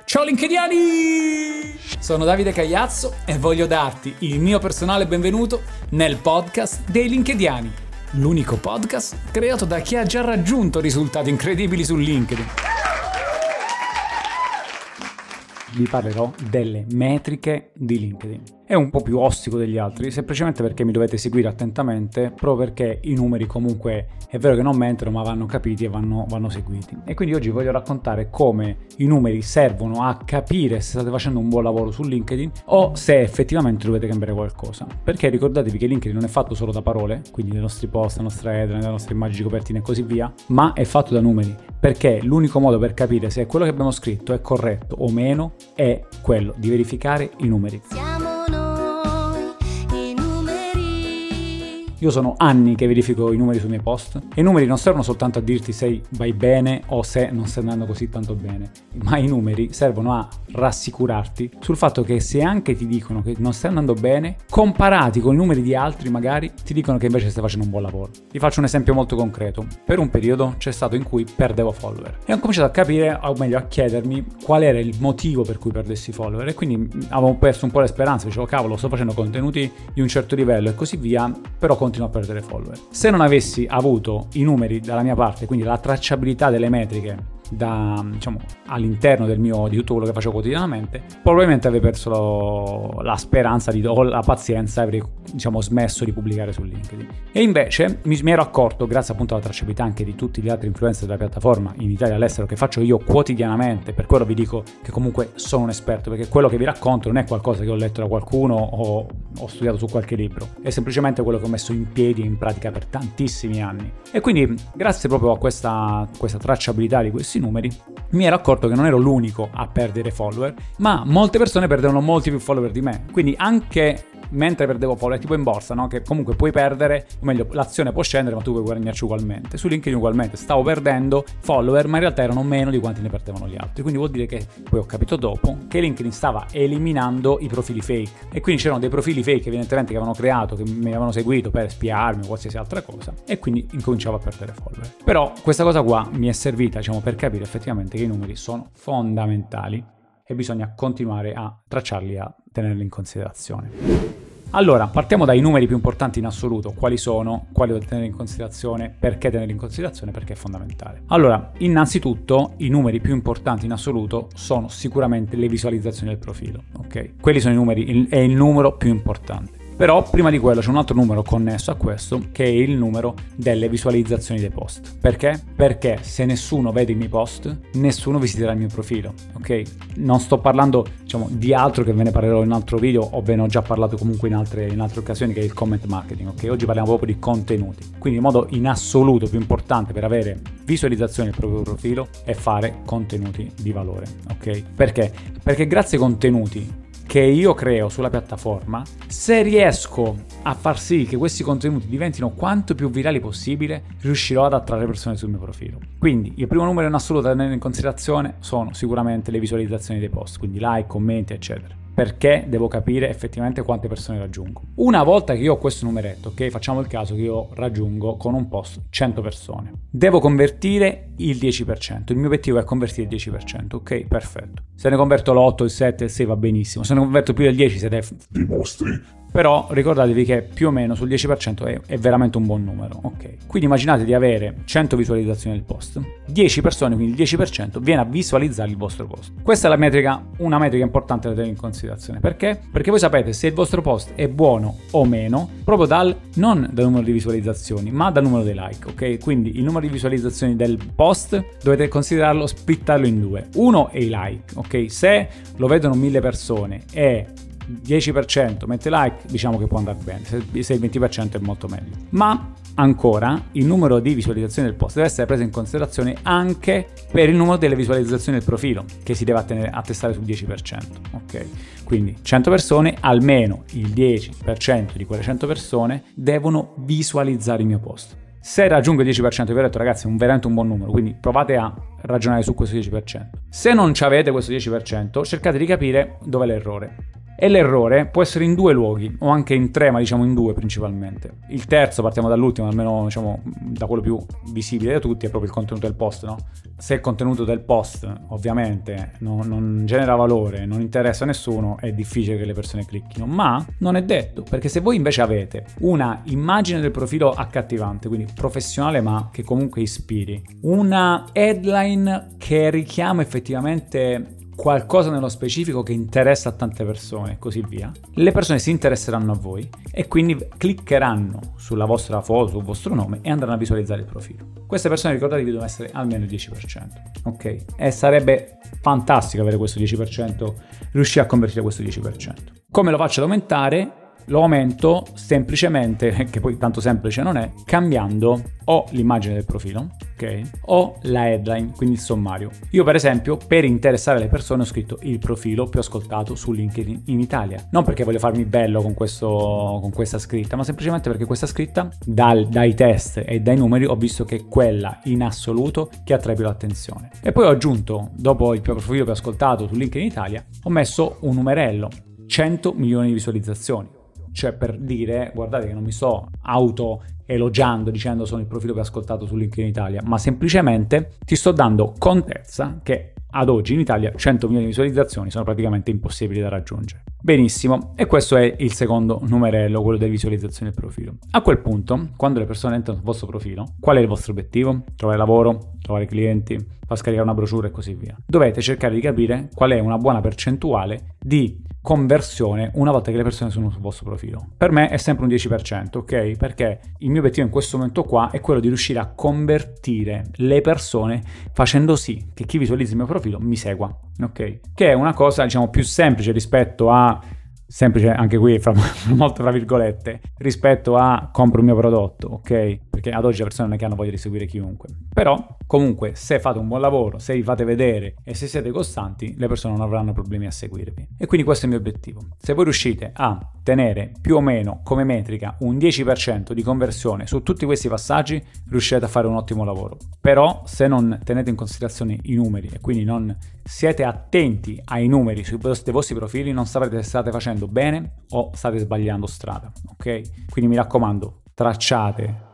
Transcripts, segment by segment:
Ciao LinkedIani! Sono Davide Cagliazzo e voglio darti il mio personale benvenuto nel podcast dei LinkedIani, l'unico podcast creato da chi ha già raggiunto risultati incredibili su LinkedIn. Vi parlerò delle metriche di LinkedIn. È un po' più ostico degli altri, semplicemente perché mi dovete seguire attentamente, proprio perché i numeri comunque è vero che non mentono, ma vanno capiti e vanno seguiti. E quindi oggi voglio raccontare come i numeri servono a capire se state facendo un buon lavoro su LinkedIn o se effettivamente dovete cambiare qualcosa. Perché ricordatevi che LinkedIn non è fatto solo da parole, quindi dai nostri post, la nostra headline, le nostre immagini copertine e così via, ma è fatto da numeri. Perché l'unico modo per capire se quello che abbiamo scritto è corretto o meno è quello di verificare i numeri. Io sono anni che verifico i numeri sui miei post e i numeri non servono soltanto a dirti se vai bene o se non stai andando così tanto bene, ma i numeri servono a rassicurarti sul fatto che se anche ti dicono che non stai andando bene, comparati con i numeri di altri magari ti dicono che invece stai facendo un buon lavoro. Vi faccio un esempio molto concreto. Per un periodo c'è stato in cui perdevo follower e ho cominciato a capire, o meglio a chiedermi, qual era il motivo per cui perdessi follower, e quindi avevo perso un po' le speranze, dicevo cavolo, sto facendo contenuti di un certo livello e così via, però continuo a perdere follower. Se non avessi avuto i numeri dalla mia parte, quindi la tracciabilità delle metriche all'interno di tutto quello che facevo quotidianamente, probabilmente avrei perso la speranza o la pazienza, avrei smesso di pubblicare su LinkedIn. E invece mi ero accorto, grazie appunto alla tracciabilità anche di tutti gli altri influencer della piattaforma in Italia e all'estero, che faccio io quotidianamente, per quello vi dico che comunque sono un esperto, perché quello che vi racconto non è qualcosa che ho letto da qualcuno o ho studiato su qualche libro, è semplicemente quello che ho messo in piedi e in pratica per tantissimi anni. E quindi grazie proprio a questa tracciabilità di questi numeri mi ero accorto che non ero l'unico a perdere follower, ma molte persone perdevano molti più follower di me. Quindi anche mentre perdevo follower, tipo in borsa, no? Che comunque puoi perdere, o meglio l'azione può scendere ma tu puoi guadagnarci ugualmente. Su LinkedIn ugualmente stavo perdendo follower, ma in realtà erano meno di quanti ne perdevano gli altri. Quindi vuol dire che poi ho capito dopo che LinkedIn stava eliminando i profili fake, e quindi c'erano dei profili fake evidentemente che avevano creato, che mi avevano seguito per spiarmi o qualsiasi altra cosa, e quindi incominciavo a perdere follower. Però questa cosa qua mi è servita per capire effettivamente che i numeri sono fondamentali e bisogna continuare a tracciarli e a tenerli in considerazione. Allora, partiamo dai numeri più importanti in assoluto. Quali sono? Quali dovete tenere in considerazione? Perché tenerli in considerazione? Perché è fondamentale. Allora, innanzitutto, i numeri più importanti in assoluto sono sicuramente le visualizzazioni del profilo, ok? Quelli sono i numeri, è il numero più importante. Però prima di quello c'è un altro numero connesso a questo, che è il numero delle visualizzazioni dei post. Perché? Perché se nessuno vede i miei post, nessuno visiterà il mio profilo, ok? Non sto parlando di altro, che ve ne parlerò in un altro video, o ve ne ho già parlato comunque in altre occasioni, che è il comment marketing, ok? Oggi parliamo proprio di contenuti. Quindi il modo in assoluto più importante per avere visualizzazioni del proprio profilo è fare contenuti di valore, ok? Perché? Perché grazie ai contenuti che io creo sulla piattaforma, se riesco a far sì che questi contenuti diventino quanto più virali possibile, riuscirò ad attrarre persone sul mio profilo. Quindi il primo numero in assoluto da tenere in considerazione sono sicuramente le visualizzazioni dei post, quindi like, commenti, eccetera. Perché devo capire effettivamente quante persone raggiungo. Una volta che io ho questo numeretto, ok, facciamo il caso che io raggiungo con un post 100 persone, devo convertire il 10%, il mio obiettivo è convertire il 10%, ok, perfetto. Se ne converto l'8, il 7, il 6 va benissimo, se ne converto più del 10 siete dei mostri. Però ricordatevi che più o meno sul 10% è veramente un buon numero, ok? Quindi immaginate di avere 100 visualizzazioni del post, 10 persone, quindi il 10% viene a visualizzare il vostro post. Questa è una metrica importante da tenere in considerazione. Perché? Perché voi sapete se il vostro post è buono o meno proprio non dal numero di visualizzazioni, ma dal numero dei like, ok? Quindi il numero di visualizzazioni del post dovete considerarlo, splittarlo in due. Uno è i like, ok? Se lo vedono 1000 persone e 10% mette like, diciamo che può andare bene, se il 20% è molto meglio. Ma ancora il numero di visualizzazioni del post deve essere preso in considerazione anche per il numero delle visualizzazioni del profilo, che si deve attestare sul 10%, ok? Quindi 100 persone, almeno il 10% di quelle 100 persone devono visualizzare il mio post. Se raggiungo il 10%, vi ho detto ragazzi, è veramente un buon numero, quindi provate a ragionare su questo 10%. Se non avete questo 10%, cercate di capire dov'è l'errore. E l'errore può essere in 2 luoghi, o anche in 3, ma diciamo in 2 principalmente. Il terzo, partiamo dall'ultimo, almeno diciamo da quello più visibile da tutti, è proprio il contenuto del post, no? Se il contenuto del post ovviamente non genera valore, non interessa a nessuno, è difficile che le persone clicchino, ma non è detto, perché se voi invece avete una immagine del profilo accattivante, quindi professionale ma che comunque ispiri, una headline che richiama effettivamente qualcosa nello specifico che interessa a tante persone e così via, le persone si interesseranno a voi e quindi cliccheranno sulla vostra foto, sul vostro nome e andranno a visualizzare il profilo. Queste persone, ricordatevi, devono essere almeno il 10%, ok? E sarebbe fantastico avere questo 10%, riuscire a convertire questo 10%. Come lo faccio ad aumentare? Lo aumento semplicemente, che poi tanto semplice non è, cambiando o l'immagine del profilo, ok? O la headline, quindi il sommario. Io per esempio, per interessare le persone, ho scritto il profilo più ascoltato su LinkedIn in Italia. Non perché voglio farmi bello con questa scritta, ma semplicemente perché questa scritta, dai test e dai numeri, ho visto che è quella in assoluto che attrae più l'attenzione. E poi ho aggiunto, dopo il profilo più ascoltato su LinkedIn in Italia, ho messo un numerello, 100 milioni di visualizzazioni. Cioè, per dire, guardate che non mi sto auto elogiando dicendo sono il profilo più ascoltato su LinkedIn Italia, ma semplicemente ti sto dando contezza che ad oggi in Italia 100 milioni di visualizzazioni sono praticamente impossibili da raggiungere. Benissimo, e questo è il secondo numerello, quello delle visualizzazioni del profilo. A quel punto, quando le persone entrano sul vostro profilo, qual è il vostro obiettivo? Trovare lavoro, trovare clienti, far scaricare una brochure e così via. Dovete cercare di capire qual è una buona percentuale di conversione una volta che le persone sono sul vostro profilo. Per me è sempre un 10%, ok? Perché il mio obiettivo in questo momento qua è quello di riuscire a convertire le persone facendo sì che chi visualizza il mio profilo mi segua, ok? Che è una cosa, diciamo, più semplice rispetto a semplice anche qui molto fra virgolette rispetto a compro il mio prodotto, ok? Perché ad oggi le persone non è che hanno voglia di seguire chiunque, però comunque se fate un buon lavoro, se vi fate vedere e se siete costanti, le persone non avranno problemi a seguirvi. E quindi questo è il mio obiettivo. Se voi riuscite a tenere più o meno come metrica un 10% di conversione su tutti questi passaggi, riuscirete a fare un ottimo lavoro. Però se non tenete in considerazione i numeri e quindi non siete attenti ai numeri sui vostri profili, non saprete se state facendo bene o state sbagliando strada, ok? Quindi mi raccomando, tracciate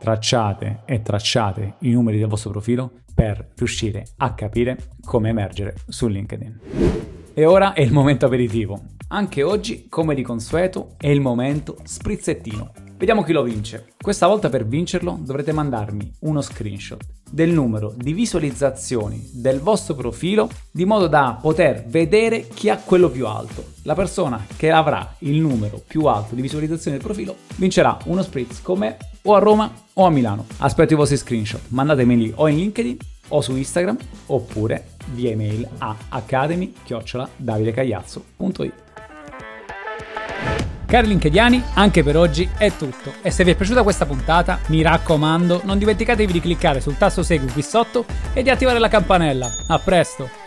i numeri del vostro profilo per riuscire a capire come emergere su LinkedIn. E ora è il momento aperitivo. Anche oggi, come di consueto, è il momento sprizzettino. Vediamo chi lo vince. Questa volta per vincerlo dovrete mandarmi uno screenshot del numero di visualizzazioni del vostro profilo di modo da poter vedere chi ha quello più alto. La persona che avrà il numero più alto di visualizzazioni del profilo vincerà uno spritz con me o a Roma o a Milano. Aspetto i vostri screenshot, mandatemeli o in LinkedIn o su Instagram oppure via email a academy@davidecagliazzo.it. Cari linkediani, anche per oggi è tutto e se vi è piaciuta questa puntata, mi raccomando, non dimenticatevi di cliccare sul tasto segui qui sotto e di attivare la campanella. A presto!